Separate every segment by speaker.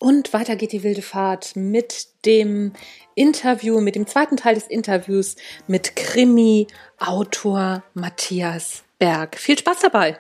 Speaker 1: Und weiter geht die wilde Fahrt mit dem Interview, mit dem zweiten Teil des Interviews mit Krimi-Autor Matthias Berg. Viel Spaß dabei!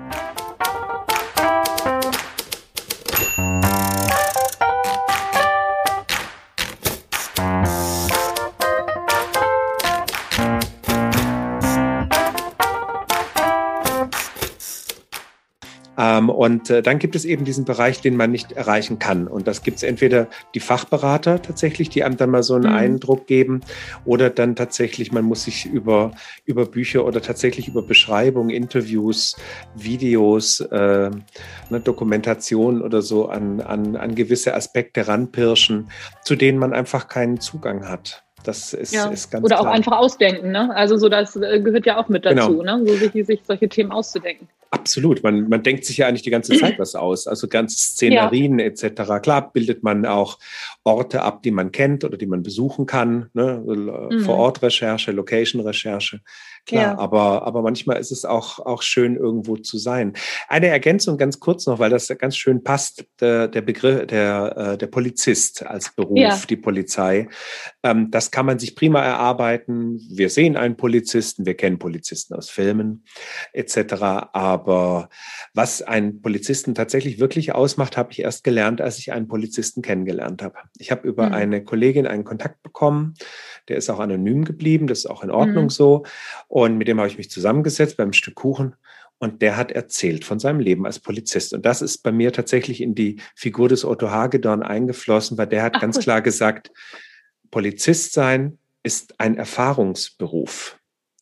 Speaker 2: Und dann gibt es eben diesen Bereich, den man nicht erreichen kann. Und das gibt es entweder die Fachberater tatsächlich, die einem dann mal so einen Eindruck geben, oder dann tatsächlich, man muss sich über Bücher oder tatsächlich über Beschreibungen, Interviews, Videos, Dokumentationen oder so an gewisse Aspekte ranpirschen, zu denen man einfach keinen Zugang hat. Das ist ganz
Speaker 3: oder
Speaker 2: klar.
Speaker 3: Auch einfach ausdenken, ne? Also so, das gehört ja auch mit dazu, genau. Ne? So sich solche Themen auszudenken.
Speaker 2: Absolut. Man denkt sich ja eigentlich die ganze Zeit was aus. Also ganze Szenerien etc. Klar bildet man auch Orte ab, die man kennt oder die man besuchen kann. Ne? Vor-Ort-Recherche, Location-Recherche. Klar, aber manchmal ist es auch schön, irgendwo zu sein. Eine Ergänzung ganz kurz noch, weil das ganz schön passt, der Begriff, der Polizist als Beruf, die Polizei. Das kann man sich prima erarbeiten. Wir sehen einen Polizisten, wir kennen Polizisten aus Filmen etc. Aber was einen Polizisten tatsächlich wirklich ausmacht, habe ich erst gelernt, als ich einen Polizisten kennengelernt habe. Ich habe über eine Kollegin einen Kontakt bekommen, der ist auch anonym geblieben, das ist auch in Ordnung so. Und mit dem habe ich mich zusammengesetzt beim Stück Kuchen. Und der hat erzählt von seinem Leben als Polizist. Und das ist bei mir tatsächlich in die Figur des Otto Hagedorn eingeflossen, weil der hat ganz klar gesagt, Polizist sein ist ein Erfahrungsberuf.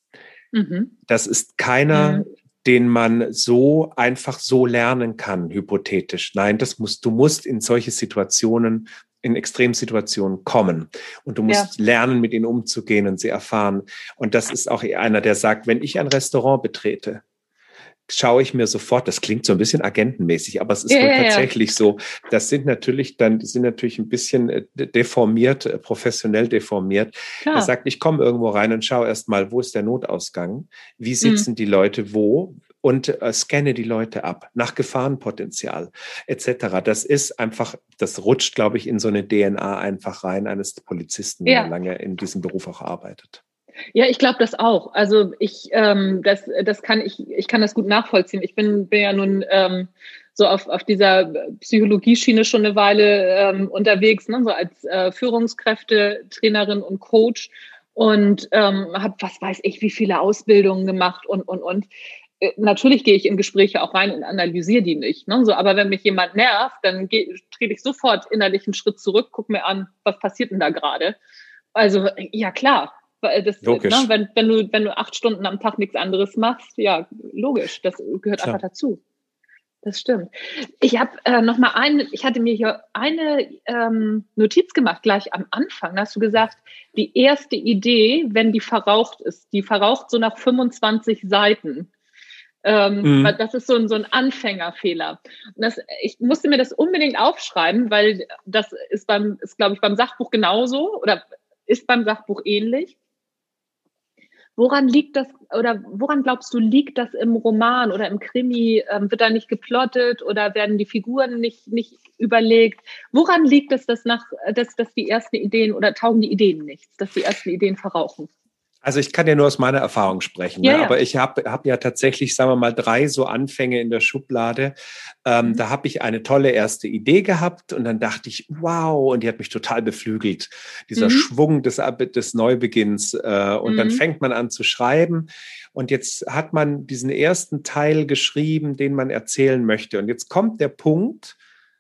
Speaker 2: Das ist keiner, den man so einfach so lernen kann, hypothetisch. Nein, du musst in solche Situationen, in Extremsituationen kommen. Und du musst lernen, mit ihnen umzugehen und sie erfahren. Und das ist auch einer, der sagt, wenn ich ein Restaurant betrete, schaue ich mir sofort, das klingt so ein bisschen agentenmäßig, aber es ist wohl tatsächlich so, die sind natürlich ein bisschen deformiert, professionell deformiert. Klar. Er sagt, ich komme irgendwo rein und schaue erst mal, wo ist der Notausgang? Wie sitzen die Leute wo? Und scanne die Leute ab, nach Gefahrenpotenzial etc. Das ist einfach, das rutscht, glaube ich, in so eine DNA einfach rein eines Polizisten, der lange in diesem Beruf auch arbeitet.
Speaker 3: Ja, ich glaube das auch. Also ich kann das gut nachvollziehen. Ich bin ja nun so auf dieser Psychologieschiene schon eine Weile unterwegs, ne? So als Führungskräfte-Trainerin und Coach und habe, was weiß ich, wie viele Ausbildungen gemacht und. Natürlich gehe ich in Gespräche auch rein und analysiere die nicht. Ne? So, aber wenn mich jemand nervt, dann trete ich sofort innerlich einen Schritt zurück, gucke mir an, was passiert denn da gerade. Also ja klar, das,
Speaker 2: logisch.
Speaker 3: Ne, wenn du 8 Stunden am Tag nichts anderes machst, ja logisch, das gehört einfach dazu. Das stimmt. Ich habe ich hatte mir hier eine Notiz gemacht, gleich am Anfang. Da hast du gesagt, die erste Idee, wenn die verraucht ist, die verraucht so nach 25 Seiten. Das ist so ein Anfängerfehler. Und ich musste mir das unbedingt aufschreiben, weil das ist glaube ich, beim Sachbuch genauso oder ist beim Sachbuch ähnlich. Woran liegt das oder woran glaubst du, liegt das im Roman oder im Krimi? Wird da nicht geplottet oder werden die Figuren nicht überlegt? Woran liegt es, dass die ersten Ideen oder taugen die Ideen nichts, dass die ersten Ideen verrauchen?
Speaker 2: Also ich kann ja nur aus meiner Erfahrung sprechen, ne? Aber ich hab ja tatsächlich, sagen wir mal, 3 so Anfänge in der Schublade. Da habe ich eine tolle erste Idee gehabt und dann dachte ich, wow, und die hat mich total beflügelt. Dieser Schwung des Neubeginns. Und dann fängt man an zu schreiben und jetzt hat man diesen ersten Teil geschrieben, den man erzählen möchte. Und jetzt kommt der Punkt,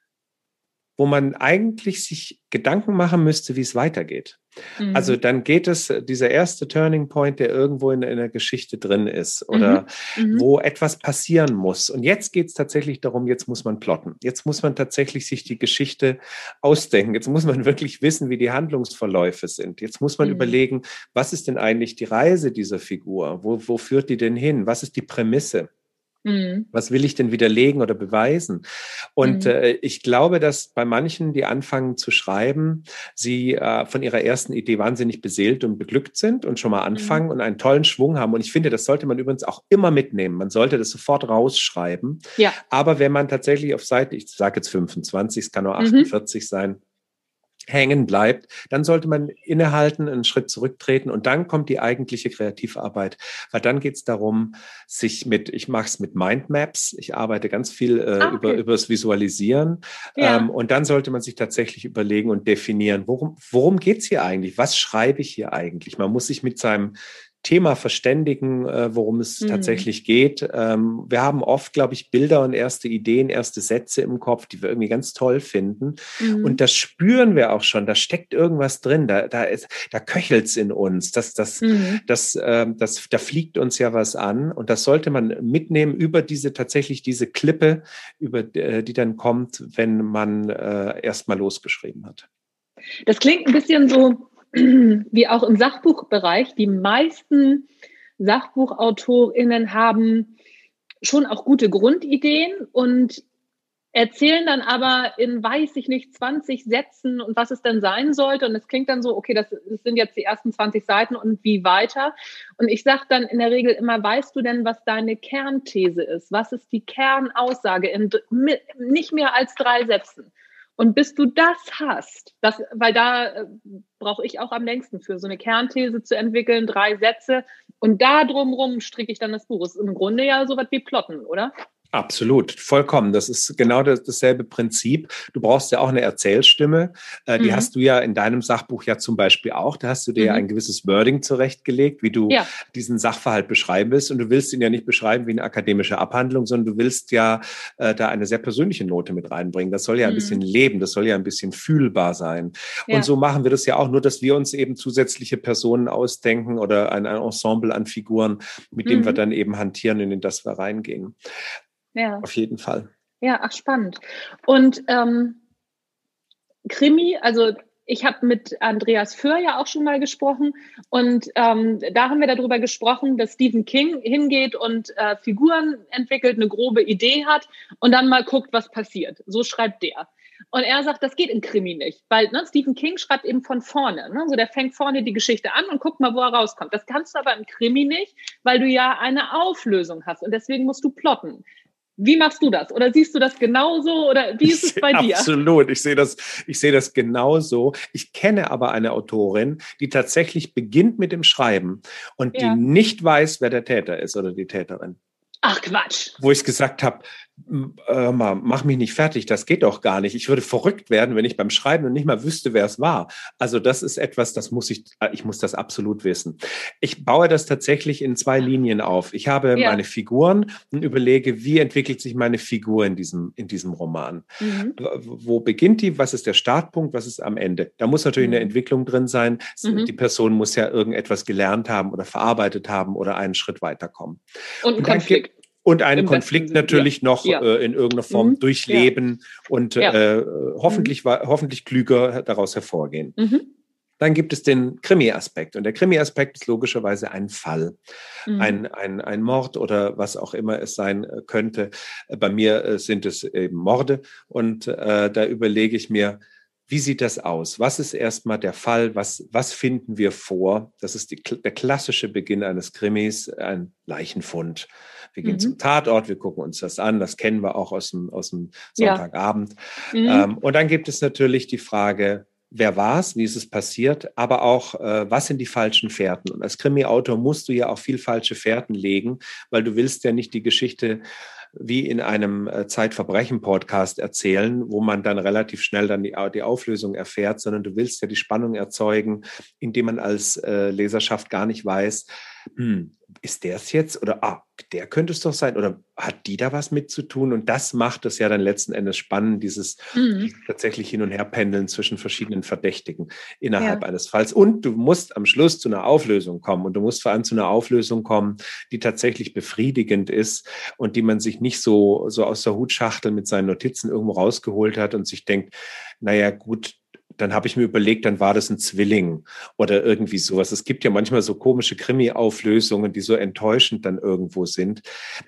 Speaker 2: wo man eigentlich sich Gedanken machen müsste, wie es weitergeht. Also dann geht es, dieser erste Turning Point, der irgendwo in der Geschichte drin ist oder wo etwas passieren muss. Und jetzt geht es tatsächlich darum, jetzt muss man plotten. Jetzt muss man tatsächlich sich die Geschichte ausdenken. Jetzt muss man wirklich wissen, wie die Handlungsverläufe sind. Jetzt muss man überlegen, was ist denn eigentlich die Reise dieser Figur? Wo führt die denn hin? Was ist die Prämisse? Was will ich denn widerlegen oder beweisen? Und ich glaube, dass bei manchen, die anfangen zu schreiben, sie von ihrer ersten Idee wahnsinnig beseelt und beglückt sind und schon mal anfangen und einen tollen Schwung haben. Und ich finde, das sollte man übrigens auch immer mitnehmen. Man sollte das sofort rausschreiben.
Speaker 3: Ja.
Speaker 2: Aber wenn man tatsächlich auf Seite, ich sage jetzt 25, es kann nur 48 sein, hängen bleibt, dann sollte man innehalten, einen Schritt zurücktreten und dann kommt die eigentliche Kreativarbeit, weil dann geht es darum, ich mache es mit Mindmaps, ich arbeite ganz viel über das Visualisieren und dann sollte man sich tatsächlich überlegen und definieren, worum geht es hier eigentlich, was schreibe ich hier eigentlich? Man muss sich mit seinem Thema verständigen, worum es tatsächlich geht. Wir haben oft, glaube ich, Bilder und erste Ideen, erste Sätze im Kopf, die wir irgendwie ganz toll finden. Und das spüren wir auch schon. Da steckt irgendwas drin. Da köchelt es in uns. Da fliegt uns ja was an. Und das sollte man mitnehmen über diese Klippe, über die dann kommt, wenn man erst mal losgeschrieben hat.
Speaker 3: Das klingt ein bisschen so wie auch im Sachbuchbereich. Die meisten SachbuchautorInnen haben schon auch gute Grundideen und erzählen dann aber in, weiß ich nicht, 20 Sätzen und was es denn sein sollte. Und es klingt dann so, okay, das sind jetzt die ersten 20 Seiten und wie weiter? Und ich sage dann in der Regel immer, weißt du denn, was deine Kernthese ist? Was ist die Kernaussage in nicht mehr als 3 Sätzen? Und bis du das hast, weil da brauche ich auch am längsten für, so eine Kernthese zu entwickeln, 3 Sätze und da drumrum stricke ich dann das Buch. Das ist im Grunde ja so was wie Plotten, oder?
Speaker 2: Absolut, vollkommen. Das ist genau dasselbe Prinzip. Du brauchst ja auch eine Erzählstimme. Die hast du ja in deinem Sachbuch ja zum Beispiel auch. Da hast du dir ja ein gewisses Wording zurechtgelegt, wie du diesen Sachverhalt beschreiben willst. Und du willst ihn ja nicht beschreiben wie eine akademische Abhandlung, sondern du willst ja da eine sehr persönliche Note mit reinbringen. Das soll ja ein bisschen leben, das soll ja ein bisschen fühlbar sein. Ja. Und so machen wir das ja auch, nur dass wir uns eben zusätzliche Personen ausdenken oder ein Ensemble an Figuren, mit dem wir dann eben hantieren, in das wir reingehen. Ja. Auf jeden Fall.
Speaker 3: Ja, ach, spannend. Und Krimi, also ich habe mit Andreas Föhr ja auch schon mal gesprochen und da haben wir darüber gesprochen, dass Stephen King hingeht und Figuren entwickelt, eine grobe Idee hat und dann mal guckt, was passiert. So schreibt der. Und er sagt, das geht im Krimi nicht, weil Stephen King schreibt eben von vorne. So, der fängt vorne die Geschichte an und guckt mal, wo er rauskommt. Das kannst du aber im Krimi nicht, weil du ja eine Auflösung hast und deswegen musst du plotten. Wie machst du das? Oder siehst du das genauso? Oder wie ist es bei dir?
Speaker 2: Absolut. Ich sehe das genauso. Ich kenne aber eine Autorin, die tatsächlich beginnt mit dem Schreiben und die nicht weiß, wer der Täter ist oder die Täterin.
Speaker 3: Ach, Quatsch.
Speaker 2: Wo ich gesagt habe, mach mich nicht fertig, das geht doch gar nicht. Ich würde verrückt werden, wenn ich beim Schreiben und nicht mal wüsste, wer es war. Also das ist etwas, ich muss das absolut wissen. Ich baue das tatsächlich in 2 Linien auf. Ich habe meine Figuren und überlege, wie entwickelt sich meine Figur in diesem Roman? Wo beginnt die? Was ist der Startpunkt? Was ist am Ende? Da muss natürlich eine Entwicklung drin sein. Die Person muss ja irgendetwas gelernt haben oder verarbeitet haben oder einen Schritt weiterkommen.
Speaker 3: Und ein Konflikt.
Speaker 2: Und einen Konflikt natürlich noch in irgendeiner Form durchleben und hoffentlich klüger daraus hervorgehen. Dann gibt es den Krimi-Aspekt. Und der Krimi-Aspekt ist logischerweise ein Fall, ein Mord oder was auch immer es sein könnte. Bei mir sind es eben Morde. Und da überlege ich mir, wie sieht das aus? Was ist erstmal der Fall? Was finden wir vor? Das ist der klassische Beginn eines Krimis, ein Leichenfund. Wir gehen zum Tatort, wir gucken uns das an. Das kennen wir auch aus dem Sonntagabend. Und dann gibt es natürlich die Frage, wer war es? Wie ist es passiert? Aber auch, was sind die falschen Fährten? Und als Krimi-Autor musst du ja auch viel falsche Fährten legen, weil du willst ja nicht die Geschichte wie in einem Zeitverbrechen-Podcast erzählen, wo man dann relativ schnell dann die Auflösung erfährt, sondern du willst ja die Spannung erzeugen, indem man als Leserschaft gar nicht weiß, ist der es jetzt? Oder der könnte es doch sein. Oder hat die da was mit zu tun? Und das macht es ja dann letzten Endes spannend, dieses tatsächlich hin und her pendeln zwischen verschiedenen Verdächtigen innerhalb eines Falls. Und du musst am Schluss zu einer Auflösung kommen. Und du musst vor allem zu einer Auflösung kommen, die tatsächlich befriedigend ist und die man sich nicht so aus der Hutschachtel mit seinen Notizen irgendwo rausgeholt hat und sich denkt, naja gut, dann habe ich mir überlegt, dann war das ein Zwilling oder irgendwie sowas. Es gibt ja manchmal so komische Krimi-Auflösungen, die so enttäuschend dann irgendwo sind.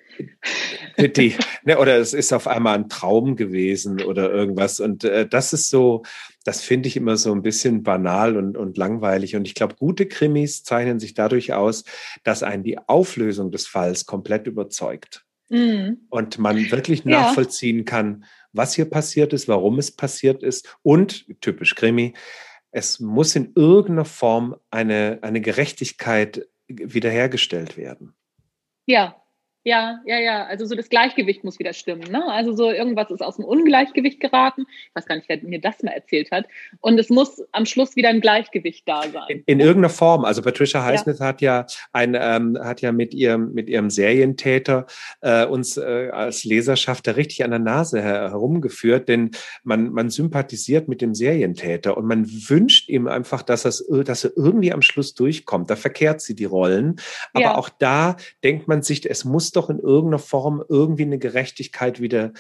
Speaker 2: Oder es ist auf einmal ein Traum gewesen oder irgendwas. Und das ist so, das finde ich immer so ein bisschen banal und langweilig. Und ich glaube, gute Krimis zeichnen sich dadurch aus, dass einen die Auflösung des Falls komplett überzeugt. Und man wirklich nachvollziehen kann, was hier passiert ist, warum es passiert ist. Und, typisch Krimi, es muss in irgendeiner Form eine Gerechtigkeit wiederhergestellt werden.
Speaker 3: Ja. Also so das Gleichgewicht muss wieder stimmen, ne? Also so irgendwas ist aus dem Ungleichgewicht geraten. Ich weiß gar nicht, wer mir das mal erzählt hat. Und es muss am Schluss wieder ein Gleichgewicht da sein.
Speaker 2: In irgendeiner Form. Also Patricia Highsmith hat ja mit ihrem Serientäter uns als Leserschaft da richtig an der Nase herumgeführt, denn man sympathisiert mit dem Serientäter und man wünscht ihm einfach, dass er irgendwie am Schluss durchkommt. Da verkehrt sie die Rollen. Aber auch da denkt man sich, es muss doch in irgendeiner Form irgendwie eine Gerechtigkeit wieder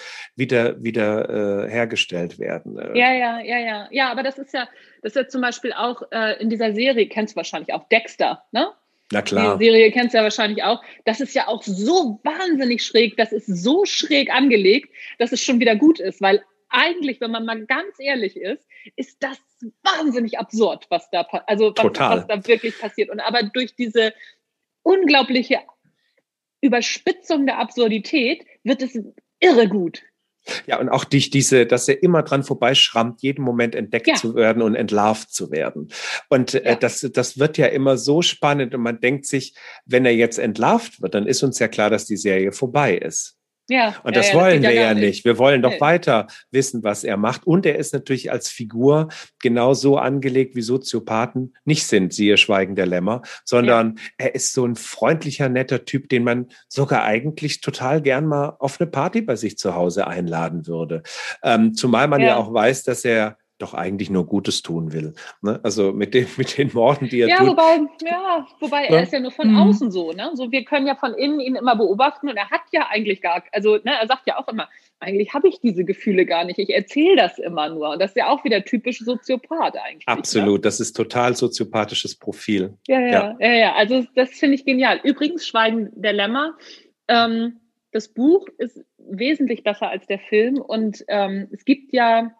Speaker 2: hergestellt werden.
Speaker 3: Ja, aber das ist ja zum Beispiel auch in dieser Serie, kennst du wahrscheinlich auch Dexter, ne?
Speaker 2: Na klar.
Speaker 3: Die Serie kennst du ja wahrscheinlich auch. Das ist ja auch so wahnsinnig schräg, das ist so schräg angelegt, dass es schon wieder gut ist, weil eigentlich, wenn man mal ganz ehrlich ist das wahnsinnig absurd, was da wirklich passiert. Und aber durch diese unglaubliche Überspitzung der Absurdität wird es irre gut.
Speaker 2: Ja, und auch dass er immer dran vorbeischrammt, jeden Moment entdeckt zu werden und entlarvt zu werden. Und das wird ja immer so spannend und man denkt sich, wenn er jetzt entlarvt wird, dann ist uns ja klar, dass die Serie vorbei ist.
Speaker 3: Ja,
Speaker 2: und das wollen wir ja nicht. Wir wollen doch weiter wissen, was er macht. Und er ist natürlich als Figur genauso angelegt, wie Soziopathen nicht sind, siehe Schweigen der Lämmer, sondern er ist so ein freundlicher, netter Typ, den man sogar eigentlich total gern mal auf eine Party bei sich zu Hause einladen würde. Zumal man ja auch weiß, dass er doch eigentlich nur Gutes tun will. Ne? Also mit den Morden, die er tut.
Speaker 3: Wobei er ist ja nur von außen so. Ne? So, wir können ja von innen ihn immer beobachten und er hat ja eigentlich er sagt ja auch immer, eigentlich habe ich diese Gefühle gar nicht. Ich erzähle das immer nur. Und das ist ja auch wieder typisch Soziopath eigentlich.
Speaker 2: Absolut, das ist total soziopathisches Profil.
Speaker 3: Ja. Also das finde ich genial. Übrigens, Schweigen der Lämmer, das Buch ist wesentlich besser als der Film und es gibt ja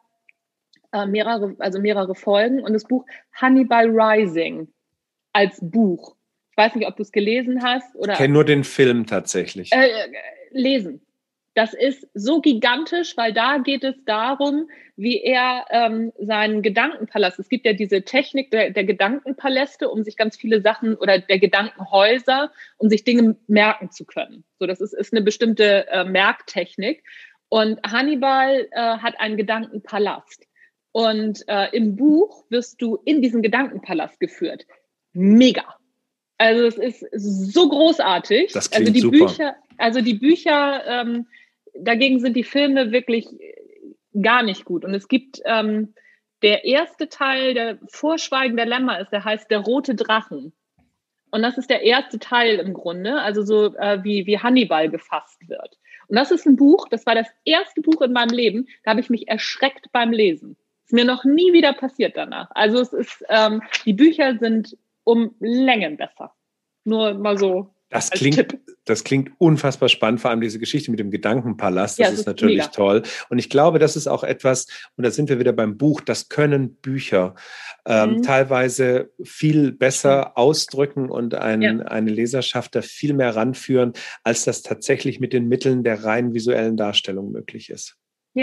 Speaker 3: mehrere Folgen und das Buch Hannibal Rising als Buch. Ich weiß nicht, ob du es gelesen hast oder.
Speaker 2: Ich kenne nur den Film tatsächlich.
Speaker 3: Lesen. Das ist so gigantisch, weil da geht es darum, wie er seinen Gedankenpalast, es gibt ja diese Technik der Gedankenpaläste, um sich ganz viele Sachen oder der Gedankenhäuser, um sich Dinge merken zu können. So, das ist eine bestimmte Merktechnik. Und Hannibal hat einen Gedankenpalast. Und im Buch wirst du in diesen Gedankenpalast geführt. Mega. Also es ist so großartig.
Speaker 2: Das klingt super.
Speaker 3: Die Bücher, dagegen sind die Filme wirklich gar nicht gut. Und es gibt der erste Teil, der Vorschweigen der Lämmer der heißt Der rote Drachen. Und das ist der erste Teil im Grunde, also so wie Hannibal gefasst wird. Und das ist ein Buch, das war das erste Buch in meinem Leben, da habe ich mich erschreckt beim Lesen. Ist mir noch nie wieder passiert danach. Also es ist, die Bücher sind um Längen besser. Nur mal so.
Speaker 2: Das klingt unfassbar spannend, vor allem diese Geschichte mit dem Gedankenpalast, das ist natürlich mega. Toll. Und ich glaube, das ist auch etwas, und da sind wir wieder beim Buch, das können Bücher teilweise viel besser ausdrücken und eine Leserschaft da viel mehr ranführen, als das tatsächlich mit den Mitteln der rein visuellen Darstellung möglich ist.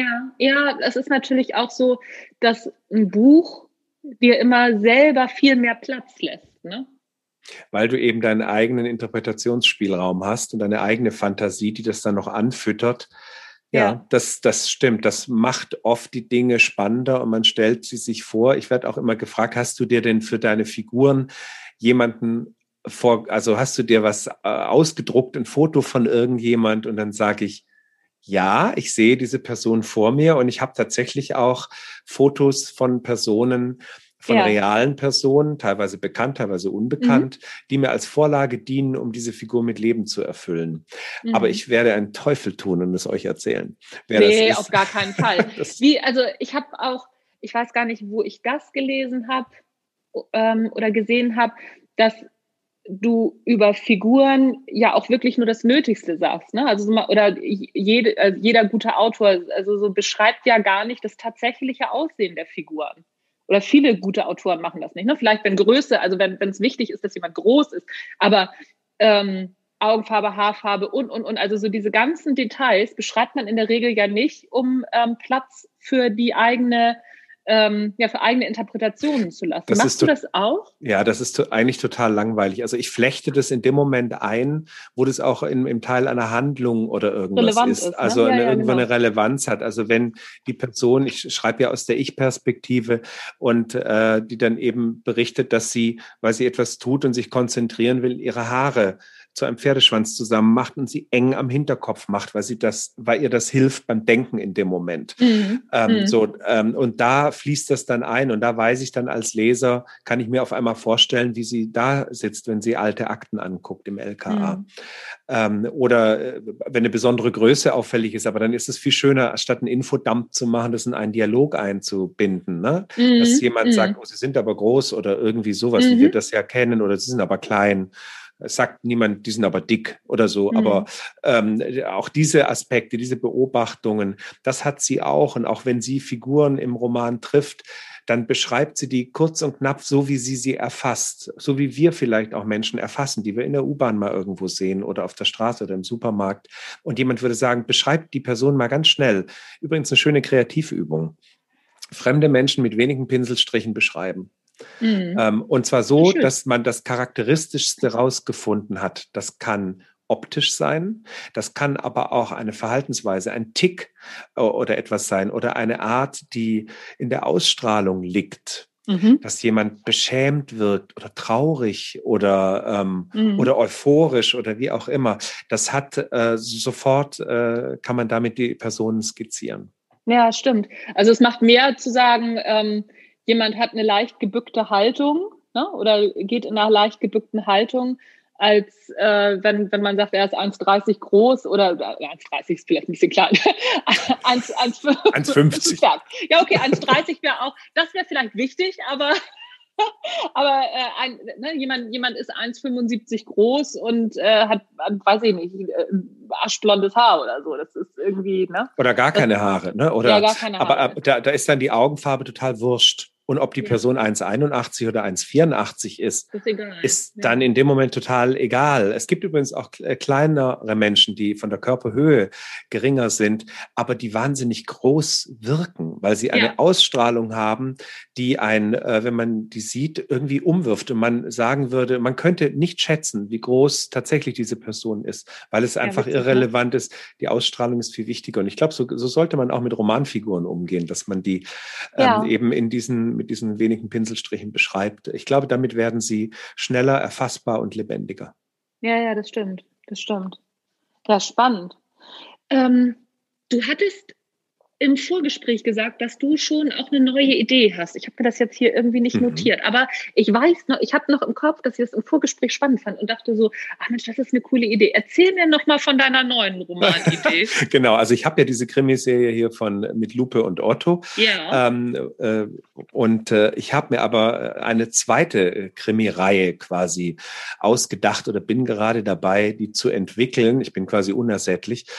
Speaker 3: Ja, es ist natürlich auch so, dass ein Buch dir immer selber viel mehr Platz lässt, ne?
Speaker 2: Weil du eben deinen eigenen Interpretationsspielraum hast und deine eigene Fantasie, die das dann noch anfüttert. Ja, das stimmt. Das macht oft die Dinge spannender und man stellt sie sich vor. Ich werde auch immer gefragt, hast du dir denn für deine Figuren jemanden also hast du dir was ausgedruckt, ein Foto von irgendjemand? Und dann sage ich, ja, ich sehe diese Person vor mir und ich habe tatsächlich auch Fotos von Personen, von realen Personen, teilweise bekannt, teilweise unbekannt, die mir als Vorlage dienen, um diese Figur mit Leben zu erfüllen. Aber ich werde einen Teufel tun und es euch erzählen.
Speaker 3: Nee, auf gar keinen Fall. Ich habe auch, ich weiß gar nicht, wo ich das gelesen habe oder gesehen habe, dass du über Figuren ja auch wirklich nur das Nötigste sagst, ne? Also jeder gute Autor, also so beschreibt ja gar nicht das tatsächliche Aussehen der Figuren. Oder viele gute Autoren machen das nicht, ne? Vielleicht wenn Größe, also wenn es wichtig ist, dass jemand groß ist, aber Augenfarbe, Haarfarbe und. Also so diese ganzen Details beschreibt man in der Regel ja nicht, um Platz für die eigene für eigene Interpretationen zu lassen. Machst du das auch?
Speaker 2: Ja, das ist eigentlich total langweilig. Also ich flechte das in dem Moment ein, wo das auch im Teil einer Handlung oder irgendwas
Speaker 3: relevant
Speaker 2: ist.
Speaker 3: Ne?
Speaker 2: Also irgendwann eine Relevanz hat. Also wenn die Person, ich schreibe ja aus der Ich-Perspektive und die dann eben berichtet, dass sie, weil sie etwas tut und sich konzentrieren will, ihre Haare zu einem Pferdeschwanz zusammen macht und sie eng am Hinterkopf macht, weil ihr das hilft beim Denken in dem Moment. Und da fließt das dann ein und da weiß ich dann als Leser, kann ich mir auf einmal vorstellen, wie sie da sitzt, wenn sie alte Akten anguckt im LKA. Oder wenn eine besondere Größe auffällig ist, aber dann ist es viel schöner, statt einen Infodump zu machen, das in einen Dialog einzubinden, ne? Dass jemand sagt, oh, sie sind aber groß oder irgendwie sowas, wie wir das ja kennen, oder sie sind aber klein. Es sagt niemand, die sind aber dick oder so. Aber auch diese Aspekte, diese Beobachtungen, das hat sie auch. Und auch wenn sie Figuren im Roman trifft, dann beschreibt sie die kurz und knapp so, wie sie erfasst. So wie wir vielleicht auch Menschen erfassen, die wir in der U-Bahn mal irgendwo sehen oder auf der Straße oder im Supermarkt. Und jemand würde sagen, beschreibt die Person mal ganz schnell. Übrigens eine schöne Kreativübung. Fremde Menschen mit wenigen Pinselstrichen beschreiben. Und zwar so, dass man das Charakteristischste rausgefunden hat. Das kann optisch sein, das kann aber auch eine Verhaltensweise, ein Tick oder etwas sein oder eine Art, die in der Ausstrahlung liegt. Dass jemand beschämt wirkt oder traurig oder euphorisch oder wie auch immer. Das hat sofort, kann man damit die Personen skizzieren.
Speaker 3: Ja, stimmt. Also es macht mehr zu sagen, jemand hat eine leicht gebückte Haltung, ne, oder geht in einer leicht gebückten Haltung, als wenn man sagt, er ist 1,30 groß oder 1,30 ist vielleicht ein bisschen klein.
Speaker 2: 1,50.
Speaker 3: Ja, okay, 1,30 wäre auch, das wäre vielleicht wichtig, aber jemand ist 1,75 groß und hat, weiß ich nicht, aschblondes Haar oder so. Das ist irgendwie, ne?
Speaker 2: Oder gar keine Haare, ne? Oder,
Speaker 3: ja, gar keine Haare.
Speaker 2: Aber da ist dann die Augenfarbe total wurscht. Und ob die Person 1,81 oder 1,84 ist dann in dem Moment total egal. Es gibt übrigens auch kleinere Menschen, die von der Körperhöhe geringer sind, aber die wahnsinnig groß wirken, weil sie eine Ausstrahlung haben, die wenn man die sieht, irgendwie umwirft. Und man sagen würde, man könnte nicht schätzen, wie groß tatsächlich diese Person ist, weil es einfach irrelevant ist. Die Ausstrahlung ist viel wichtiger. Und ich glaube, so sollte man auch mit Romanfiguren umgehen, dass man die eben mit diesen wenigen Pinselstrichen beschreibt. Ich glaube, damit werden sie schneller, erfassbar und lebendiger.
Speaker 3: Ja, das stimmt. Ja, spannend. Du hattest im Vorgespräch gesagt, dass du schon auch eine neue Idee hast. Ich habe mir das jetzt hier irgendwie nicht notiert, aber ich weiß noch, ich habe noch im Kopf, dass ich das im Vorgespräch spannend fand und dachte so, Mensch, das ist eine coole Idee. Erzähl mir noch mal von deiner neuen Romanidee.
Speaker 2: Genau, also ich habe ja diese Krimiserie hier mit Lupe und Otto.
Speaker 3: Ja.
Speaker 2: Ich habe mir aber eine zweite Krimireihe quasi ausgedacht oder bin gerade dabei, die zu entwickeln. Ich bin quasi unersättlich.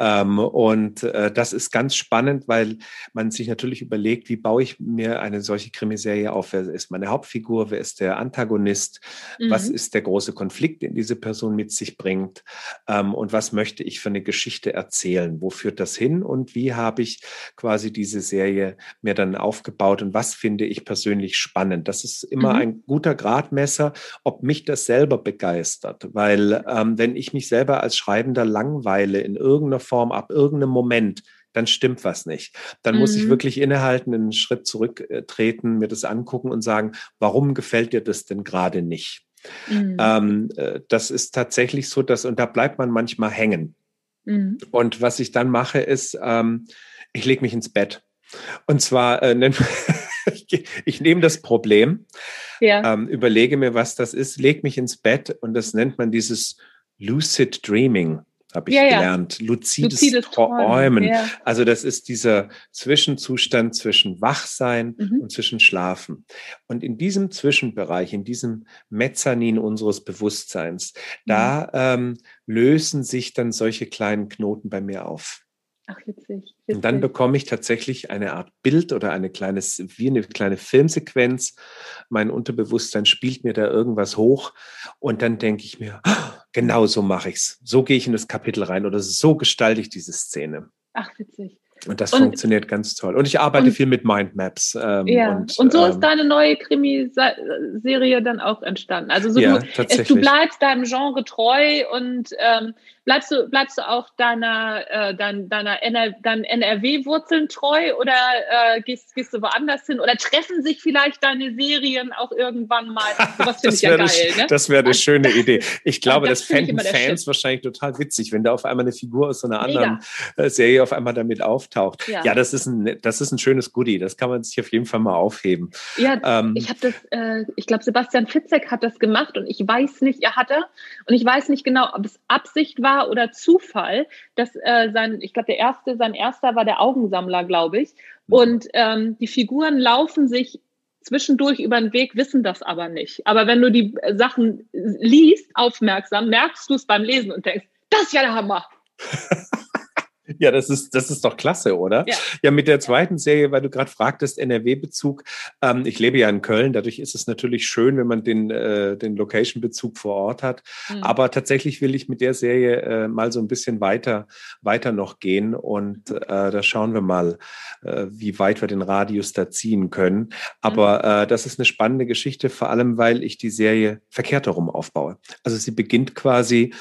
Speaker 2: Das ist ganz spannend, weil man sich natürlich überlegt, wie baue ich mir eine solche Krimiserie auf? Wer ist meine Hauptfigur? Wer ist der Antagonist? Was ist der große Konflikt, den diese Person mit sich bringt? Und was möchte ich für eine Geschichte erzählen? Wo führt das hin? Und wie habe ich quasi diese Serie mir dann aufgebaut? Und was finde ich persönlich spannend? Das ist immer ein guter Gradmesser, ob mich das selber begeistert. Weil wenn ich mich selber als Schreibender langweile in irgendeiner Form ab irgendeinem Moment, dann stimmt was nicht. Dann muss ich wirklich innehalten, einen Schritt zurücktreten, mir das angucken und sagen, warum gefällt dir das denn gerade nicht? Das ist tatsächlich so, und da bleibt man manchmal hängen. Und was ich dann mache, ist, ich lege mich ins Bett. Und zwar, ich nehme das Problem, überlege mir, was das ist, lege mich ins Bett und das nennt man dieses Lucid Dreaming. habe ich gelernt. Luzides Träumen. Ja. Also das ist dieser Zwischenzustand zwischen Wachsein und zwischen Schlafen. Und in diesem Zwischenbereich, in diesem Mezzanin unseres Bewusstseins, da lösen sich dann solche kleinen Knoten bei mir auf.
Speaker 3: Ach, witzig.
Speaker 2: Und dann bekomme ich tatsächlich eine Art Bild oder wie eine kleine Filmsequenz. Mein Unterbewusstsein spielt mir da irgendwas hoch und dann denke ich mir, genau so mache ich es. So gehe ich in das Kapitel rein oder so gestalte ich diese Szene.
Speaker 3: Ach, witzig.
Speaker 2: Und das funktioniert ganz toll. Und ich arbeite viel mit Mindmaps.
Speaker 3: Und so ist deine neue Krimiserie dann auch entstanden. Also du bleibst deinem Genre treu und bleibst du auch deinen NRW-Wurzeln treu oder gehst du woanders hin? Oder treffen sich vielleicht deine Serien auch irgendwann mal? Sowas finde ich ja geil. Ne?
Speaker 2: Das wäre eine schöne Idee. Ich glaube, das fänden Fans wahrscheinlich total witzig, wenn da auf einmal eine Figur aus so einer anderen Serie auf einmal damit auftaucht. Ja, das ist ein schönes Goodie. Das kann man sich auf jeden Fall mal aufheben.
Speaker 3: Ja, ich glaube, Sebastian Fitzek hat das gemacht und ich weiß nicht genau, ob es Absicht war oder Zufall, dass sein erster war der Augensammler, glaube ich. Und die Figuren laufen sich zwischendurch über den Weg, wissen das aber nicht. Aber wenn du die Sachen liest, aufmerksam, merkst du es beim Lesen und denkst, das ist ja der Hammer.
Speaker 2: Ja, das ist doch klasse, oder? Ja, mit der zweiten Serie, weil du gerade fragtest, NRW-Bezug. Ich lebe ja in Köln, dadurch ist es natürlich schön, wenn man den Location-Bezug vor Ort hat. Aber tatsächlich will ich mit der Serie mal so ein bisschen weiter noch gehen und da schauen wir mal, wie weit wir den Radius da ziehen können. Aber das ist eine spannende Geschichte, vor allem, weil ich die Serie verkehrt herum aufbaue. Also sie beginnt quasi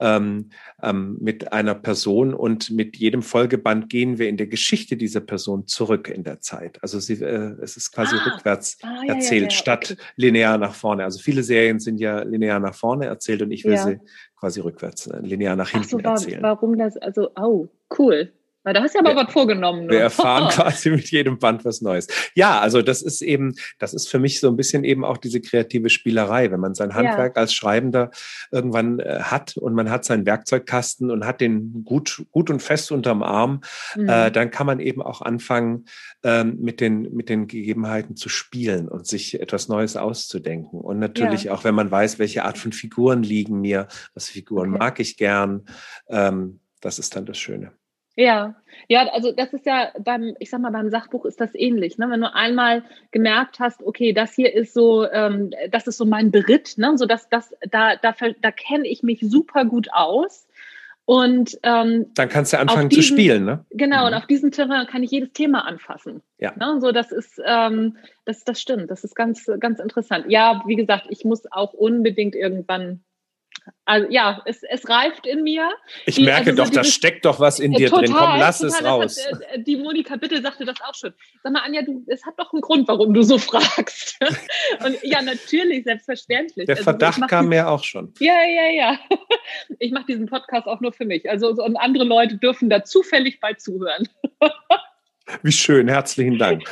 Speaker 2: mit einer Person und mit jedem Folgeband gehen wir in der Geschichte dieser Person zurück in der Zeit. Also es ist quasi rückwärts erzählt, statt linear nach vorne. Also viele Serien sind ja linear nach vorne erzählt und ich will sie quasi rückwärts, linear nach hinten erzählen.
Speaker 3: Warum das, cool. Weil da hast du ja aber was vorgenommen. Ne?
Speaker 2: Wir erfahren quasi mit jedem Band was Neues. Ja, also das ist für mich so ein bisschen eben auch diese kreative Spielerei, wenn man sein Handwerk als Schreibender irgendwann hat und man hat seinen Werkzeugkasten und hat den gut und fest unterm Arm, dann kann man eben auch anfangen, mit den Gegebenheiten zu spielen und sich etwas Neues auszudenken. Und natürlich auch, wenn man weiß, welche Art von Figuren liegen mir, was Figuren mag ich gern, das ist dann das Schöne.
Speaker 3: Ja, also das ist ja beim Sachbuch ist das ähnlich, ne? Wenn du einmal gemerkt hast, okay, das hier ist so, das ist so mein Beritt, ne? So da kenne ich mich super gut aus. Und
Speaker 2: dann kannst du anfangen zu spielen, ne?
Speaker 3: Genau, und auf diesem Terrain kann ich jedes Thema anfassen.
Speaker 2: Ja.
Speaker 3: Ne? So, das ist, das stimmt, das ist ganz, ganz interessant. Ja, wie gesagt, ich muss auch unbedingt irgendwann. Also ja, es reift in mir.
Speaker 2: Ich merke doch, da steckt doch was in dir drin. Komm, lass es raus.
Speaker 3: Die Monika Bittel sagte das auch schon. Sag mal, Anja, es hat doch einen Grund, warum du so fragst. Und ja, natürlich, selbstverständlich.
Speaker 2: Der Verdacht kam mir auch schon.
Speaker 3: Ja. Ich mache diesen Podcast auch nur für mich. Also und andere Leute dürfen da zufällig bei zuhören.
Speaker 2: Wie schön, herzlichen Dank.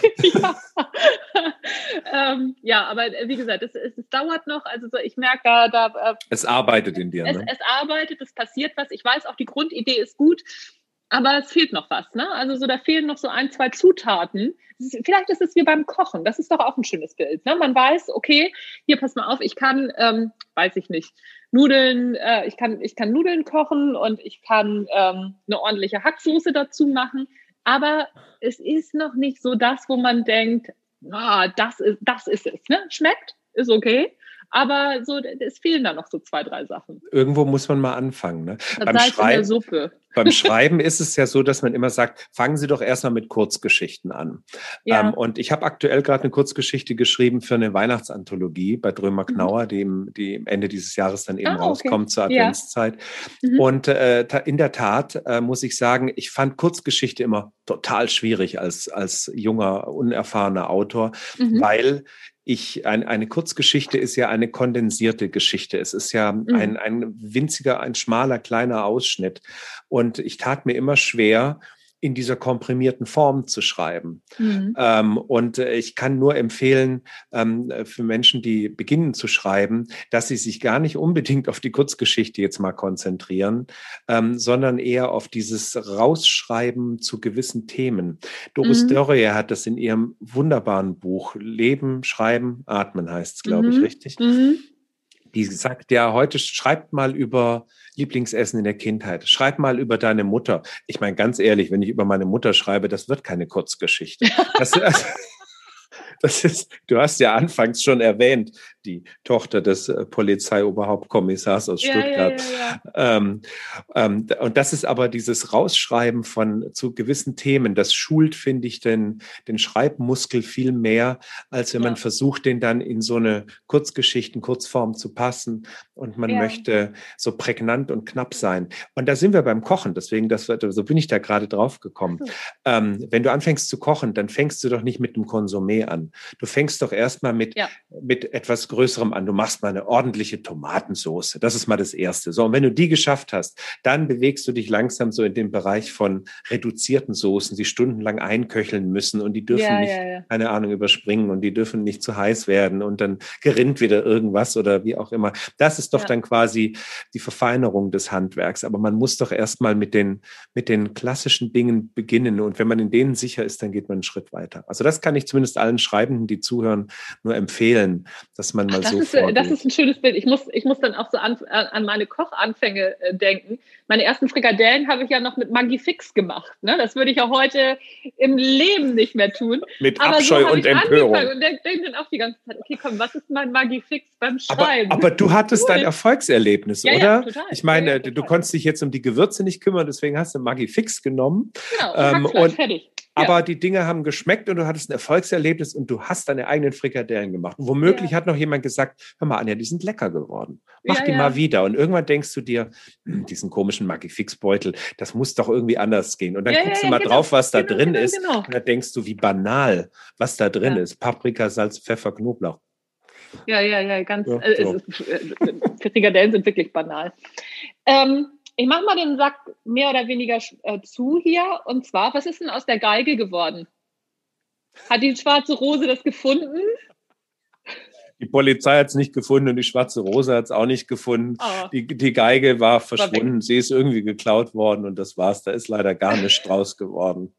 Speaker 3: Aber wie gesagt, es dauert noch. Also so, ich merke da
Speaker 2: es arbeitet in dir.
Speaker 3: Es arbeitet, es passiert was. Ich weiß auch, die Grundidee ist gut, aber es fehlt noch was. Ne? Also so, da fehlen noch so 1, 2 Zutaten. Vielleicht ist es wie beim Kochen. Das ist doch auch ein schönes Bild. Ne? Man weiß, okay, hier pass mal auf, ich kann, weiß ich nicht, Nudeln, ich kann Nudeln kochen und ich kann eine ordentliche Hacksoße dazu machen. Aber es ist noch nicht so das, wo man denkt, das ist es. Ne? Schmeckt, ist okay. Aber so, es fehlen da noch so 2, 3 Sachen.
Speaker 2: Irgendwo muss man mal anfangen. Ne?
Speaker 3: Beim
Speaker 2: Schreiben ist es ja so, dass man immer sagt, fangen Sie doch erstmal mit Kurzgeschichten an. Ja. Und ich habe aktuell gerade eine Kurzgeschichte geschrieben für eine Weihnachtsanthologie bei Drömer Knauer, die Ende dieses Jahres dann eben rauskommt zur Adventszeit. Ja. Und in der Tat muss ich sagen, ich fand Kurzgeschichte immer total schwierig als junger, unerfahrener Autor, weil eine Kurzgeschichte ist ja eine kondensierte Geschichte. Es ist ja ein winziger, ein schmaler, kleiner Ausschnitt. Und ich tat mir immer schwer, in dieser komprimierten Form zu schreiben. Und ich kann nur empfehlen, für Menschen, die beginnen zu schreiben, dass sie sich gar nicht unbedingt auf die Kurzgeschichte jetzt mal konzentrieren, sondern eher auf dieses Rausschreiben zu gewissen Themen. Doris Dörrier hat das in ihrem wunderbaren Buch Leben, Schreiben, Atmen heißt es, glaube ich, richtig? Die sagt ja, heute schreibt mal über Lieblingsessen in der Kindheit. Schreib mal über deine Mutter. Ich meine, ganz ehrlich, wenn ich über meine Mutter schreibe, das wird keine Kurzgeschichte. Das ist, du hast ja anfangs schon erwähnt, die Tochter des Polizeioberhauptkommissars aus Stuttgart. Und das ist aber dieses Rausschreiben zu gewissen Themen. Das schult, finde ich, den Schreibmuskel viel mehr, als wenn man versucht, den dann in so eine Kurzform zu passen und man möchte so prägnant und knapp sein. Und da sind wir beim Kochen. Deswegen, so bin ich da gerade drauf gekommen. Wenn du anfängst zu kochen, dann fängst du doch nicht mit einem Konsumé an. Du fängst doch erstmal mit etwas Größerem an. Du machst mal eine ordentliche Tomatensauce. Das ist mal das Erste. So, und wenn du die geschafft hast, dann bewegst du dich langsam so in den Bereich von reduzierten Soßen, die stundenlang einköcheln müssen und die dürfen nicht, keine Ahnung, überspringen und die dürfen nicht zu heiß werden und dann gerinnt wieder irgendwas oder wie auch immer. Das ist doch dann quasi die Verfeinerung des Handwerks. Aber man muss doch erstmal mit den klassischen Dingen beginnen und wenn man in denen sicher ist, dann geht man einen Schritt weiter. Also das kann ich zumindest allen Schreibenden, die zuhören, nur empfehlen, dass man mal vorgeht.
Speaker 3: Das ist ein schönes Bild. Ich muss dann auch so an meine Kochanfänge denken. Meine ersten Frikadellen habe ich ja noch mit Maggi Fix gemacht. Ne? Das würde ich auch heute im Leben nicht mehr tun.
Speaker 2: Mit Abscheu und Empörung.
Speaker 3: Und denke dann auch die ganze Zeit, okay, komm, was ist mein Maggi Fix beim Schreiben?
Speaker 2: Aber du hattest dein Erfolgserlebnis, oder?
Speaker 3: Ja, total.
Speaker 2: Ich meine, du konntest dich jetzt um die Gewürze nicht kümmern, deswegen hast du Maggi Fix genommen.
Speaker 3: Genau, und fertig.
Speaker 2: Aber die Dinge haben geschmeckt und du hattest ein Erfolgserlebnis und du hast deine eigenen Frikadellen gemacht. Und womöglich hat noch jemand gesagt, hör mal, Anja, die sind lecker geworden. Mach die mal wieder. Und irgendwann denkst du dir, diesen komischen Maggi-Fix-Beutel, das muss doch irgendwie anders gehen. Und dann guckst du mal drauf, was da drin ist. Und dann denkst du, wie banal, was da drin ist. Paprika, Salz, Pfeffer, Knoblauch.
Speaker 3: Ja, ganz. Frikadellen sind wirklich banal. Ich mache mal den Sack mehr oder weniger zu hier. Und zwar, was ist denn aus der Geige geworden? Hat die schwarze Rose das gefunden?
Speaker 2: Die Polizei hat es nicht gefunden und die schwarze Rose hat es auch nicht gefunden. Oh. Die Geige war verschwunden. Sie ist irgendwie geklaut worden und das war's. Da ist leider gar nichts draus geworden.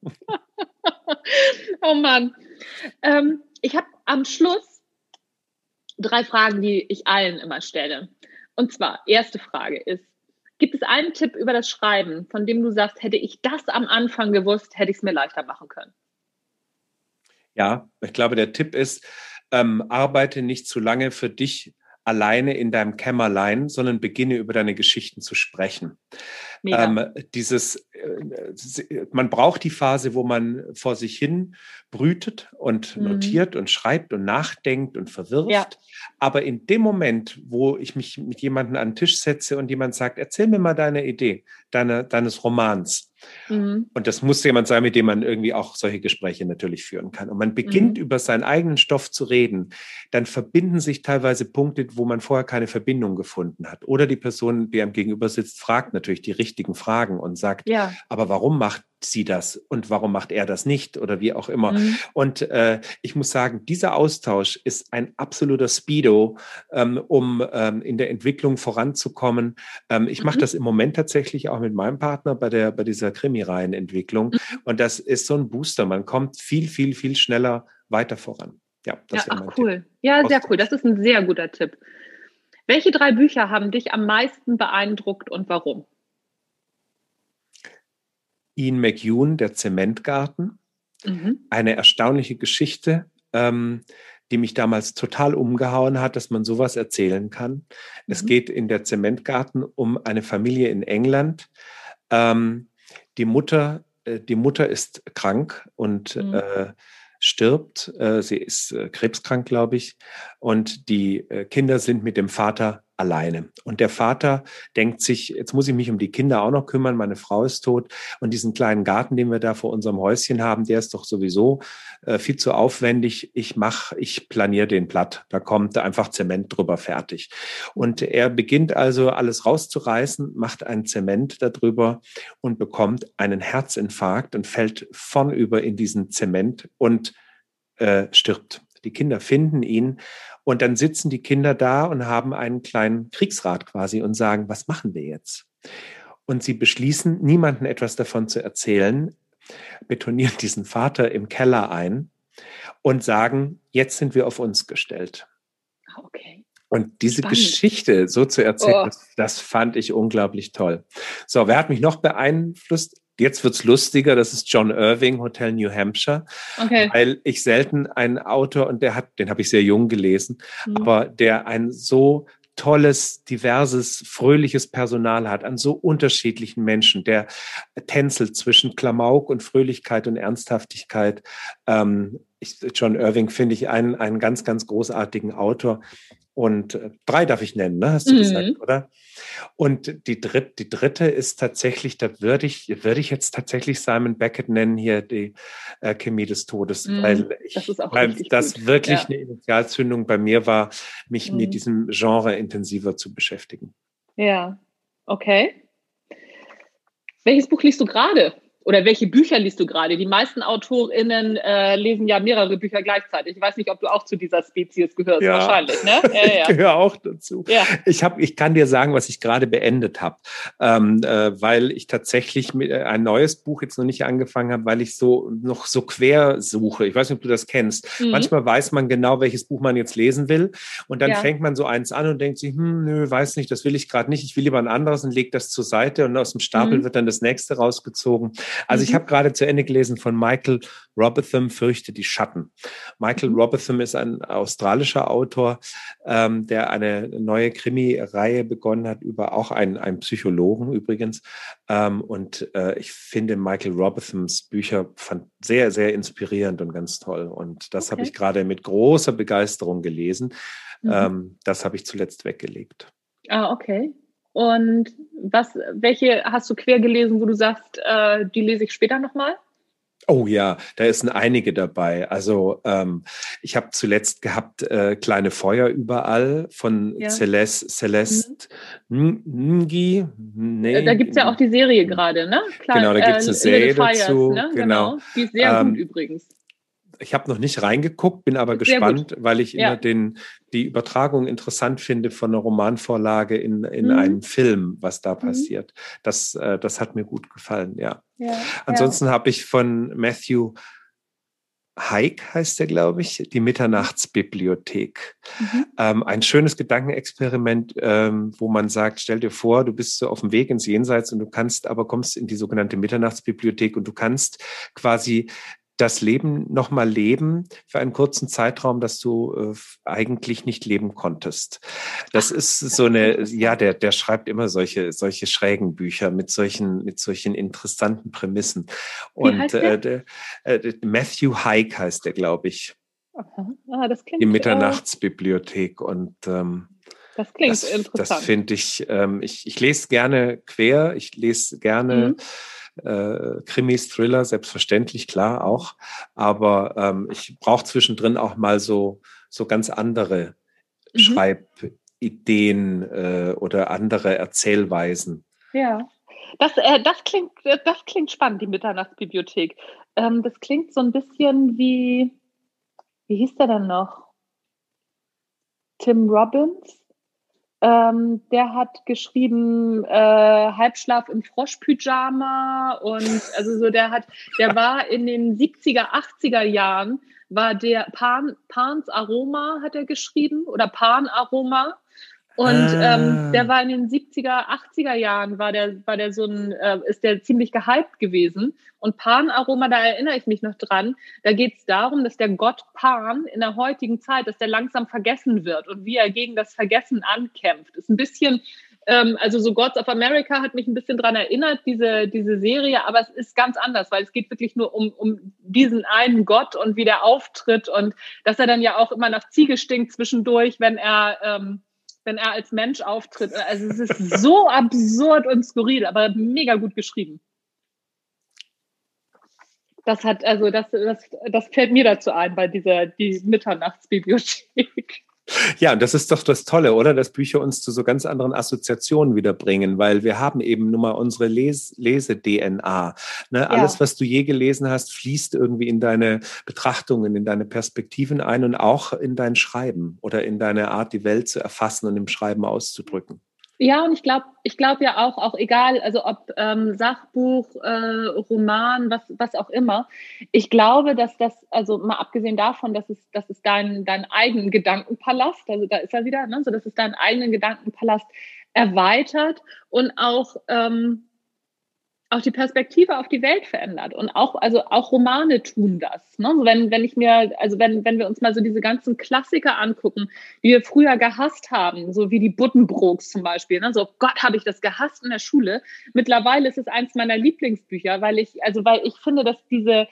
Speaker 3: Oh Mann. Ich habe am Schluss 3 Fragen, die ich allen immer stelle. Und zwar, erste Frage ist, gibt es einen Tipp über das Schreiben, von dem du sagst, hätte ich das am Anfang gewusst, hätte ich es mir leichter machen können?
Speaker 2: Ja, ich glaube, der Tipp ist, arbeite nicht zu lange für dich alleine in deinem Kämmerlein, sondern beginne über deine Geschichten zu sprechen. Man braucht die Phase, wo man vor sich hin brütet und notiert und schreibt und nachdenkt und verwirft. Ja. Aber in dem Moment, wo ich mich mit jemandem an den Tisch setze und jemand sagt, erzähl mir mal deine Idee, deines Romans. Und das muss jemand sein, mit dem man irgendwie auch solche Gespräche natürlich führen kann. Und man beginnt über seinen eigenen Stoff zu reden, dann verbinden sich teilweise Punkte, wo man vorher keine Verbindung gefunden hat. Oder die Person, die einem gegenüber sitzt, fragt natürlich die richtigen Fragen und sagt, aber warum macht sie das und warum macht er das nicht oder wie auch immer. Und ich muss sagen, dieser Austausch ist ein absoluter Speedo, um in der Entwicklung voranzukommen. Ich mache das im Moment tatsächlich auch mit meinem Partner bei dieser Krimireihenentwicklung und das ist so ein Booster. Man kommt viel, viel, viel schneller weiter voran. Ja, das wäre mein
Speaker 3: cool.
Speaker 2: Tipp.
Speaker 3: Ja, sehr cool. Das ist ein sehr guter Tipp. Welche 3 Bücher haben dich am meisten beeindruckt und warum?
Speaker 2: Ian McEwan, Der Zementgarten. Eine erstaunliche Geschichte, die mich damals total umgehauen hat, dass man sowas erzählen kann. Es geht in Der Zementgarten um eine Familie in England. Die Mutter ist krank und stirbt. Sie ist krebskrank, glaube ich. Und die Kinder sind mit dem Vater alleine. Und der Vater denkt sich, jetzt muss ich mich um die Kinder auch noch kümmern, meine Frau ist tot und diesen kleinen Garten, den wir da vor unserem Häuschen haben, der ist doch sowieso viel zu aufwendig. Ich planiere den platt. Da kommt einfach Zement drüber, fertig. Und er beginnt also alles rauszureißen, macht ein Zement darüber und bekommt einen Herzinfarkt und fällt vornüber in diesen Zement und stirbt. Die Kinder finden ihn und dann sitzen die Kinder da und haben einen kleinen Kriegsrat quasi und sagen, was machen wir jetzt? Und sie beschließen, niemandem etwas davon zu erzählen, betonieren diesen Vater im Keller ein und sagen, jetzt sind wir auf uns gestellt.
Speaker 3: Okay.
Speaker 2: Und diese Geschichte so zu erzählen, das fand ich unglaublich toll. So, wer hat mich noch beeinflusst? Jetzt wird's lustiger, das ist John Irving, Hotel New Hampshire, weil ich selten einen Autor, und den habe ich sehr jung gelesen, aber der ein so tolles, diverses, fröhliches Personal hat, an so unterschiedlichen Menschen, der tänzelt zwischen Klamauk und Fröhlichkeit und Ernsthaftigkeit. John Irving finde ich einen ganz, ganz großartigen Autor. Und 3 darf ich nennen, ne? Hast du gesagt, oder? Und die dritte ist tatsächlich, da würde ich jetzt tatsächlich Simon Beckett nennen, hier die Chemie des Todes, weil das wirklich eine Initialzündung bei mir war, mich mit diesem Genre intensiver zu beschäftigen.
Speaker 3: Ja, okay. Welches Buch liest du gerade? Oder welche Bücher liest du gerade? Die meisten AutorInnen lesen ja mehrere Bücher gleichzeitig. Ich weiß nicht, ob du auch zu dieser Spezies gehörst. Ja. Wahrscheinlich, ne?
Speaker 2: Ich gehöre auch dazu. Ja. Ich kann dir sagen, was ich gerade beendet habe, weil ich tatsächlich ein neues Buch jetzt noch nicht angefangen habe, weil ich noch so quer suche. Ich weiß nicht, ob du das kennst. Manchmal weiß man genau, welches Buch man jetzt lesen will und dann fängt man so eins an und denkt sich, nö, weiß nicht, das will ich gerade nicht. Ich will lieber ein anderes und legt das zur Seite und aus dem Stapel wird dann das nächste rausgezogen. Also ich habe gerade zu Ende gelesen von Michael Robotham, Fürchte die Schatten. Michael Robotham ist ein australischer Autor, der eine neue Krimi-Reihe begonnen hat über auch einen Psychologen übrigens. Ich finde Michael Robothams Bücher sehr, sehr inspirierend und ganz toll. Und das habe ich gerade mit großer Begeisterung gelesen. Das habe ich zuletzt weggelegt.
Speaker 3: Ah, okay. Und welche hast du quer gelesen, wo du sagst, die lese ich später nochmal?
Speaker 2: Oh ja, da sind einige dabei. Also ich habe zuletzt gehabt Kleine Feuer überall von Celeste Ngi.
Speaker 3: Da gibt es ja auch die Serie gerade, ne?
Speaker 2: Genau, da gibt es eine Serie dazu.
Speaker 3: Ne? Genau. Die ist sehr gut übrigens.
Speaker 2: Ich habe noch nicht reingeguckt, bin aber gespannt, weil ich immer die Übertragung interessant finde von einer Romanvorlage in einem Film, was da passiert. Das hat mir gut gefallen, ja. Ansonsten habe ich von Matthew Haig, heißt der, glaube ich, die Mitternachtsbibliothek. Ein schönes Gedankenexperiment, wo man sagt, stell dir vor, du bist so auf dem Weg ins Jenseits und kommst in die sogenannte Mitternachtsbibliothek und du kannst quasi das Leben nochmal leben für einen kurzen Zeitraum, dass du eigentlich nicht leben konntest. Das ist so der schreibt immer solche schrägen Bücher mit solchen interessanten Prämissen. Und Matthew Haig heißt der, glaube ich.
Speaker 3: Das klingt,
Speaker 2: die Mitternachtsbibliothek. Und
Speaker 3: das klingt interessant.
Speaker 2: Das finde ich, ich lese gerne quer, ich lese gerne Krimis, Thriller, selbstverständlich, klar auch. Aber ich brauche zwischendrin auch mal so ganz andere Schreibideen oder andere Erzählweisen.
Speaker 3: Ja, das klingt spannend, die Mitternachtsbibliothek. Das klingt so ein bisschen wie hieß der denn noch? Tim Robbins? Der hat geschrieben Halbschlaf im Froschpyjama und also so der war in den 70er, 80er Jahren war der Pans Aroma hat er geschrieben oder Pan Aroma und der war in den 70er, 80er Jahren war der so ist der ziemlich gehypt gewesen und Pan Aroma, da erinnere ich mich noch dran, da geht es darum, dass der Gott Pan in der heutigen Zeit, dass der langsam vergessen wird und wie er gegen das Vergessen ankämpft. Ist ein bisschen, also so Gods of America hat mich ein bisschen dran erinnert, diese Serie, aber es ist ganz anders, weil es geht wirklich nur um diesen einen Gott und wie der auftritt und dass er dann ja auch immer nach Ziege stinkt zwischendurch, wenn er wenn er als Mensch auftritt. Also es ist so absurd und skurril, aber mega gut geschrieben. Das fällt mir dazu ein bei die Mitternachtsbibliothek.
Speaker 2: Ja, und das ist doch das Tolle, oder? Dass Bücher uns zu so ganz anderen Assoziationen wieder bringen, weil wir haben eben nun mal unsere Lese-DNA. Ne? Ja. Alles, was du je gelesen hast, fließt irgendwie in deine Betrachtungen, in deine Perspektiven ein und auch in dein Schreiben oder in deine Art, die Welt zu erfassen und im Schreiben auszudrücken.
Speaker 3: Ja, und ich glaube ja auch egal, also ob Sachbuch, Roman, was auch immer. Ich glaube, dass das, also mal abgesehen davon, dass es deinen eigenen Gedankenpalast, also da ist er wieder, ne, so dass es deinen eigenen Gedankenpalast erweitert und auch die Perspektive auf die Welt verändert. Und auch Romane tun das. Ne? Wenn wir uns mal so diese ganzen Klassiker angucken, die wir früher gehasst haben, so wie die Buddenbrooks zum Beispiel. Ne? So, Gott, habe ich das gehasst in der Schule. Mittlerweile ist es eins meiner Lieblingsbücher, weil ich finde, dass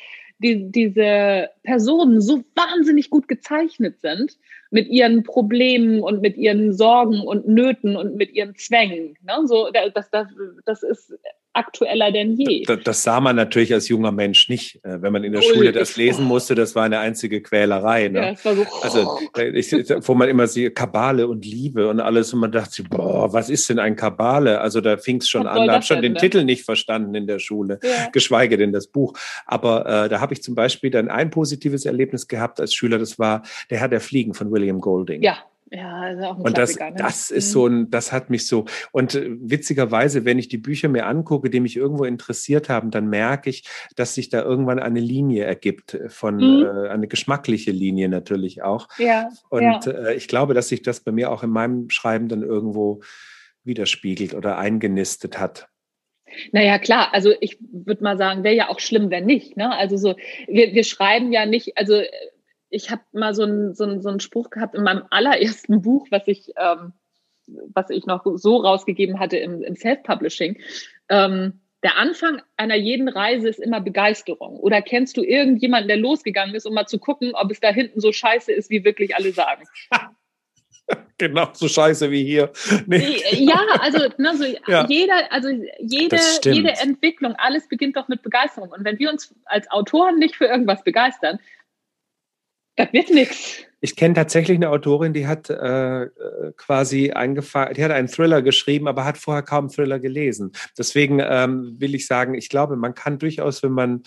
Speaker 3: diese Personen so wahnsinnig gut gezeichnet sind mit ihren Problemen und mit ihren Sorgen und Nöten und mit ihren Zwängen. Ne? So, das ist aktueller denn je.
Speaker 2: Das sah man natürlich als junger Mensch nicht. Wenn man in der Schule das lesen musste, das war eine einzige Quälerei. Ne? Ja, es war so. Also, wo man immer sieht, Kabale und Liebe und alles, und man dachte sich, boah, was ist denn ein Kabale? Also da fing es schon an, da habe schon den Titel nicht verstanden in der Schule, geschweige denn das Buch. Aber da habe ich zum Beispiel dann ein positives Erlebnis gehabt als Schüler, das war Der Herr der Fliegen von William Golding.
Speaker 3: Ja. Ja, also auch ein
Speaker 2: und
Speaker 3: Klassiker,
Speaker 2: das ist das hat mich so, und witzigerweise, wenn ich die Bücher mir angucke, die mich irgendwo interessiert haben, dann merke ich, dass sich da irgendwann eine Linie ergibt eine geschmackliche Linie natürlich auch.
Speaker 3: Ja.
Speaker 2: Und ich glaube, dass sich das bei mir auch in meinem Schreiben dann irgendwo widerspiegelt oder eingenistet hat.
Speaker 3: Naja, klar, also ich würde mal sagen, wäre ja auch schlimm, wenn nicht. Ne? Also so, wir schreiben ja nicht, also ich habe mal so einen Spruch gehabt in meinem allerersten Buch, was ich noch so rausgegeben hatte im Self-Publishing. Der Anfang einer jeden Reise ist immer Begeisterung. Oder kennst du irgendjemanden, der losgegangen ist, um mal zu gucken, ob es da hinten so scheiße ist, wie wirklich alle sagen?
Speaker 2: Genau, so scheiße wie hier.
Speaker 3: Nee. Ja, also, ne, so ja. Jede Entwicklung, alles beginnt doch mit Begeisterung. Und wenn wir uns als Autoren nicht für irgendwas begeistern, das wird nichts.
Speaker 2: Ich kenne tatsächlich eine Autorin, die hat quasi angefangen, die hat einen Thriller geschrieben, aber hat vorher kaum Thriller gelesen. Deswegen will ich sagen, ich glaube, man kann durchaus, wenn man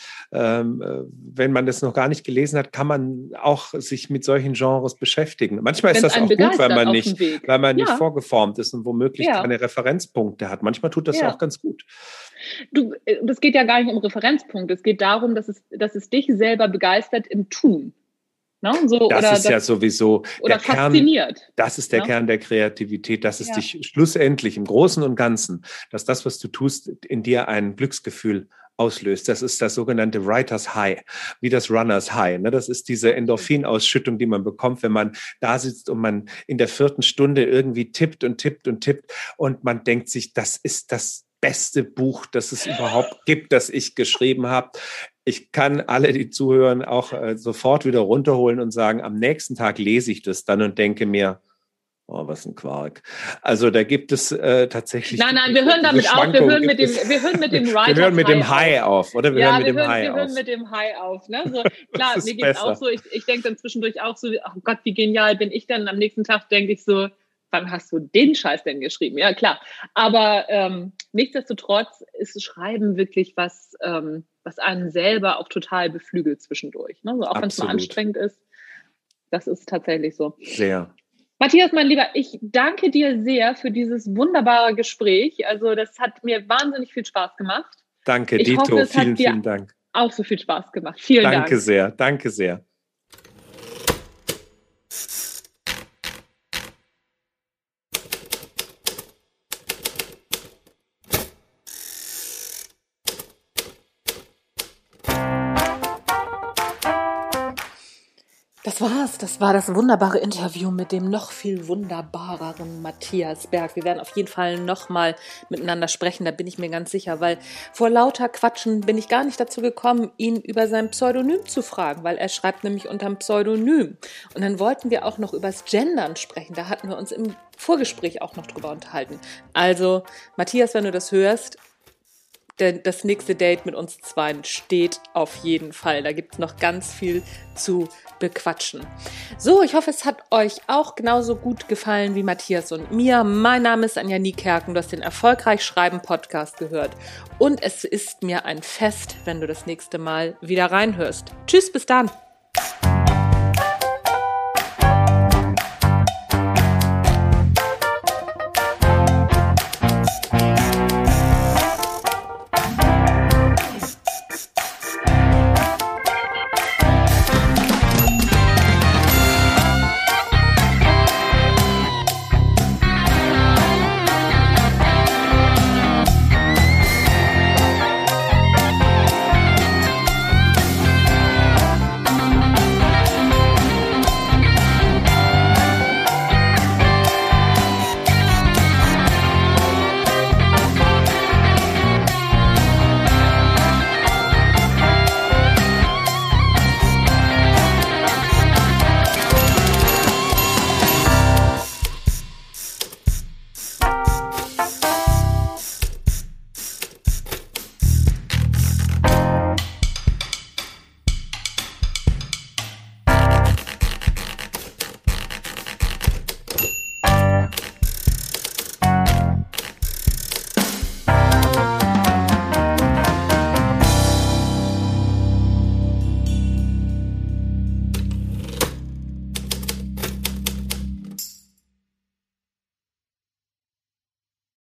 Speaker 2: das noch gar nicht gelesen hat, kann man auch sich mit solchen Genres beschäftigen. Manchmal ist das auch gut, weil man nicht vorgeformt ist und womöglich keine Referenzpunkte hat. Manchmal tut das auch ganz gut.
Speaker 3: Das geht ja gar nicht um Referenzpunkte. Es geht darum, dass es dich selber begeistert im Tun. Ne? So,
Speaker 2: das ist ja sowieso
Speaker 3: oder
Speaker 2: der
Speaker 3: fasziniert.
Speaker 2: Kern, das ist der Kern der Kreativität, dass es dich schlussendlich im Großen und Ganzen, dass das, was du tust, in dir ein Glücksgefühl auslöst. Das ist das sogenannte Writer's High, wie das Runner's High. Ne? Das ist diese Endorphinausschüttung, die man bekommt, wenn man da sitzt und man in der 4. Stunde irgendwie tippt und tippt und tippt und man denkt sich, das ist das beste Buch, das es überhaupt gibt, das ich geschrieben habe. Ich kann alle, die zuhören, auch sofort wieder runterholen und sagen, am nächsten Tag lese ich das dann und denke mir, oh, was ein Quark. Also da gibt es tatsächlich...
Speaker 3: Nein, wir hören damit auf. Wir hören mit dem Writer's
Speaker 2: Wir hören mit dem High auf, oder? Wir hören
Speaker 3: mit dem High auf. Ne? So, klar, mir geht es auch so. Ich denke dann zwischendurch auch so, oh Gott, wie genial bin ich denn? Am nächsten Tag denke ich so, wann hast du den Scheiß denn geschrieben? Ja, klar. Aber nichtsdestotrotz ist Schreiben wirklich was einen selber auch total beflügelt zwischendurch. Ne? So, auch wenn es mal anstrengend ist. Das ist tatsächlich so.
Speaker 2: Sehr.
Speaker 3: Matthias, mein Lieber, ich danke dir sehr für dieses wunderbare Gespräch. Also das hat mir wahnsinnig viel Spaß gemacht.
Speaker 2: Danke, Dito. Vielen Dank.
Speaker 3: Auch so viel Spaß gemacht. Vielen Dank.
Speaker 2: Danke sehr.
Speaker 1: das war's. Das war das wunderbare Interview mit dem noch viel wunderbareren Matthias Berg. Wir werden auf jeden Fall nochmal miteinander sprechen, da bin ich mir ganz sicher, weil vor lauter Quatschen bin ich gar nicht dazu gekommen, ihn über sein Pseudonym zu fragen, weil er schreibt nämlich unterm Pseudonym. Und dann wollten wir auch noch übers Gendern sprechen. Da hatten wir uns im Vorgespräch auch noch drüber unterhalten. Also, Matthias, wenn du das hörst, das nächste Date mit uns zweien steht auf jeden Fall. Da gibt es noch ganz viel zu bequatschen. So, ich hoffe, es hat euch auch genauso gut gefallen wie Matthias und mir. Mein Name ist Anja Niekerken. Du hast den Erfolgreich Schreiben Podcast gehört. Und es ist mir ein Fest, wenn du das nächste Mal wieder reinhörst. Tschüss, bis dann.